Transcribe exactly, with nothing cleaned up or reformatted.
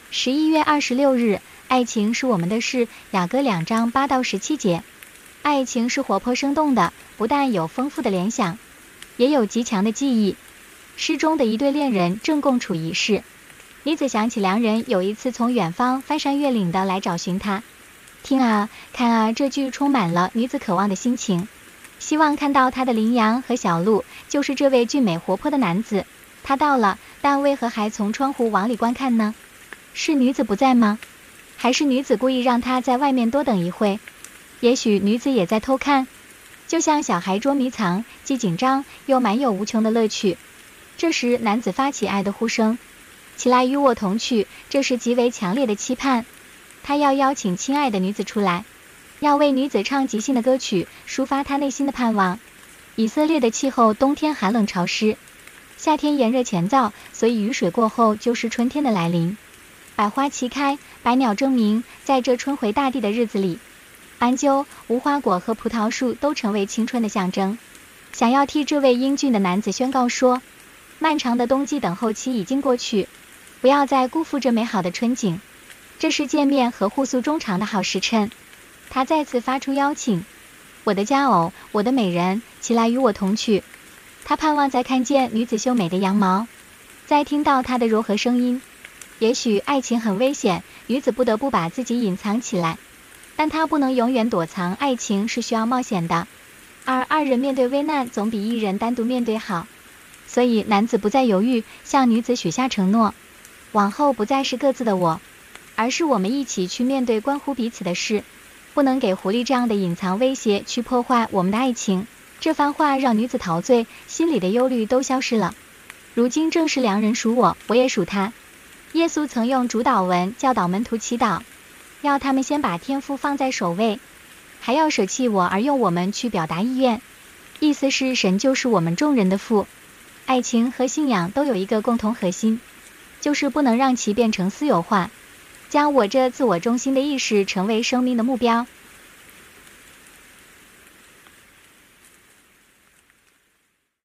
十一月二十六日，爱情是我们的事，雅歌两章八到十七节。爱情是活泼生动的，不但有丰富的联想，也有极强的记忆。诗中的一对恋人正共处一室，女子想起良人有一次从远方翻山越岭的来找寻她。听啊，看啊，这句充满了女子渴望的心情，希望看到她的羚羊和小鹿，就是这位俊美活泼的男子。他到了，但为何还从窗户往里观看呢？是女子不在吗？还是女子故意让他在外面多等一会？也许女子也在偷看，就像小孩捉迷藏，既紧张又满有无穷的乐趣。这时男子发起爱的呼声，起来与我同去，这是极为强烈的期盼。他要邀请亲爱的女子出来，要为女子唱即兴的歌曲，抒发他内心的盼望。以色列的气候冬天寒冷潮湿，夏天炎热乾燥，所以雨水过后就是春天的来临。百花齐开，百鸟争鸣，在这春回大地的日子里，斑鸠、无花果和葡萄树都成为青春的象征。想要替这位英俊的男子宣告说，漫长的冬季等候期已经过去，不要再辜负这美好的春景。这是见面和互诉衷肠的好时辰。他再次发出邀请，我的佳偶，我的美人，起来与我同去。他盼望再看见女子秀美的羊毛，再听到她的柔和声音。也许爱情很危险，女子不得不把自己隐藏起来，但她不能永远躲藏，爱情是需要冒险的，而二人面对危难总比一人单独面对好。所以男子不再犹豫，向女子许下承诺，往后不再是各自的我，而是我们一起去面对关乎彼此的事，不能给狐狸这样的隐藏威胁去破坏我们的爱情。这番话让女子陶醉，心里的忧虑都消失了。如今正是良人属我，我也属他。耶稣曾用主祷文教导门徒祈祷，要他们先把天父放在首位，还要舍弃我而用我们去表达意愿。意思是神就是我们众人的父。爱情和信仰都有一个共同核心，就是不能让其变成私有化，将我这自我中心的意识成为生命的目标。